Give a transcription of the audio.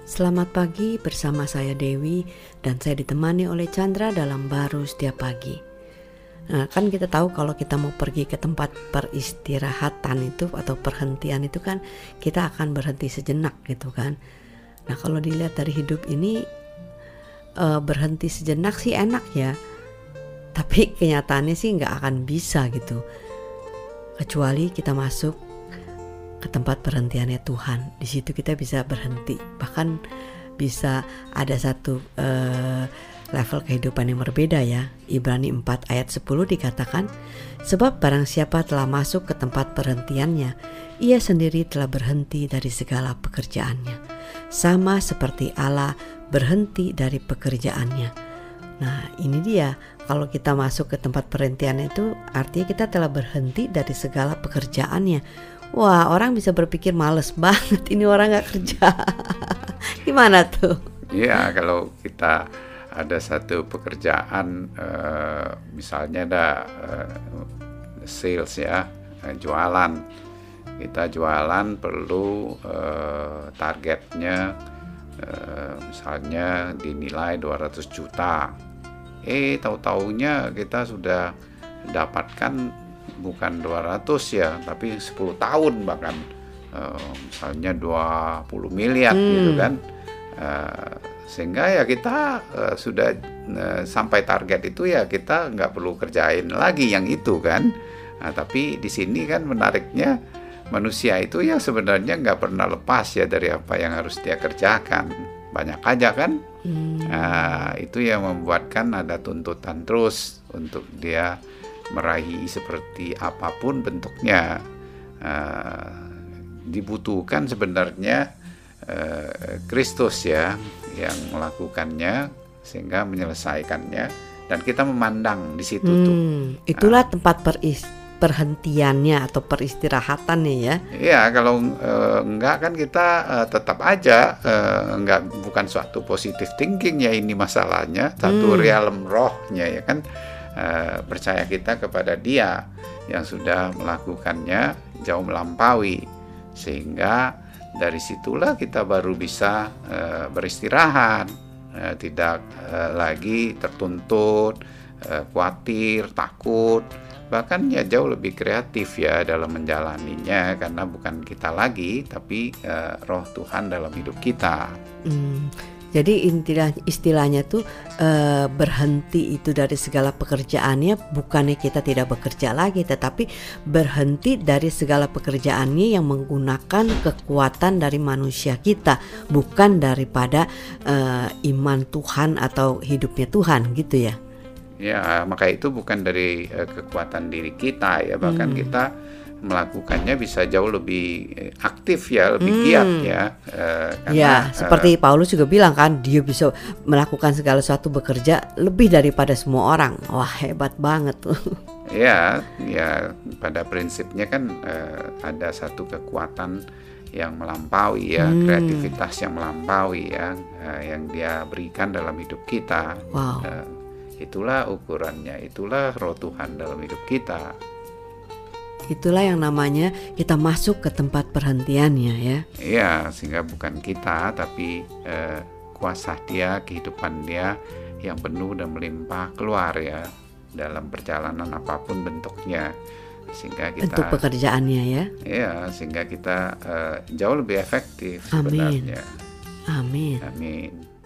Selamat pagi, bersama saya Dewi dan saya ditemani oleh Chandra dalam Baru Setiap Pagi. Nah, kan kita tahu kalau kita mau pergi ke tempat peristirahatan itu atau perhentian itu kan kita akan berhenti sejenak gitu kan. Nah, kalau dilihat dari hidup ini berhenti sejenak sih enak ya. Tapi kenyataannya sih nggak akan bisa gitu. Kecuali kita masuk ke tempat perhentiannya Tuhan. Di situ kita bisa berhenti. Bahkan bisa ada satu level kehidupan yang berbeda ya. Ibrani 4 ayat 10 dikatakan, sebab barang siapa telah masuk ke tempat perhentiannya, ia sendiri telah berhenti dari segala pekerjaannya. Sama seperti Allah berhenti dari pekerjaannya. Nah, ini dia, kalau kita masuk ke tempat perhentian itu artinya kita telah berhenti dari segala pekerjaannya. Wah, orang bisa berpikir males banget ini orang gak kerja. Gimana tuh? Iya, kalau kita ada satu pekerjaan, misalnya ada sales ya, jualan. Kita jualan perlu targetnya misalnya dinilai 200 juta. Tahu-taunya kita sudah dapatkan bukan 200 ya, tapi 10 tahun bahkan misalnya 20 miliar gitu kan. Sehingga ya kita sudah sampai target itu ya kita nggak perlu kerjain lagi yang itu kan. Tapi di sini kan menariknya manusia itu ya sebenarnya nggak pernah lepas ya dari apa yang harus dia kerjakan. Banyak aja kan. Itu yang membuatkan ada tuntutan terus untuk dia meraih seperti apapun bentuknya. Dibutuhkan sebenarnya Kristus ya yang melakukannya sehingga menyelesaikannya, dan kita memandang di situ tuh. Itulah tempat perhentiannya atau peristirahatannya ya. Iya, kalau enggak kan kita tetap aja bukan suatu positive thinking ya, ini masalahnya satu realm rohnya ya kan. Percaya kita kepada Dia yang sudah melakukannya jauh melampaui, sehingga dari situlah kita baru bisa beristirahat, tidak lagi tertuntut, khawatir, takut, bahkan ya jauh lebih kreatif ya dalam menjalaninya, karena bukan kita lagi tapi roh Tuhan dalam hidup kita. Jadi istilahnya tuh berhenti itu dari segala pekerjaannya, bukannya kita tidak bekerja lagi, tetapi berhenti dari segala pekerjaannya yang menggunakan kekuatan dari manusia kita, bukan daripada iman Tuhan atau hidupnya Tuhan gitu ya. Ya, maka itu bukan dari kekuatan diri kita ya, bahkan kita melakukannya bisa jauh lebih aktif ya, lebih giat ya. Karena, ya, seperti Paulus juga bilang kan, dia bisa melakukan segala sesuatu, bekerja lebih daripada semua orang. Wah, hebat banget tuh. Ya, pada prinsipnya kan ada satu kekuatan yang melampaui ya, kreativitas yang melampaui ya, yang dia berikan dalam hidup kita. Wow. Itulah ukurannya, itulah roh Tuhan dalam hidup kita. Itulah yang namanya kita masuk ke tempat perhentiannya ya. Iya, sehingga bukan kita tapi kuasa Dia, kehidupan Dia yang penuh dan melimpah keluar ya dalam perjalanan apapun bentuknya, sehingga kita untuk pekerjaannya ya. Iya, sehingga kita jauh lebih efektif sebenarnya. Amin. Amin.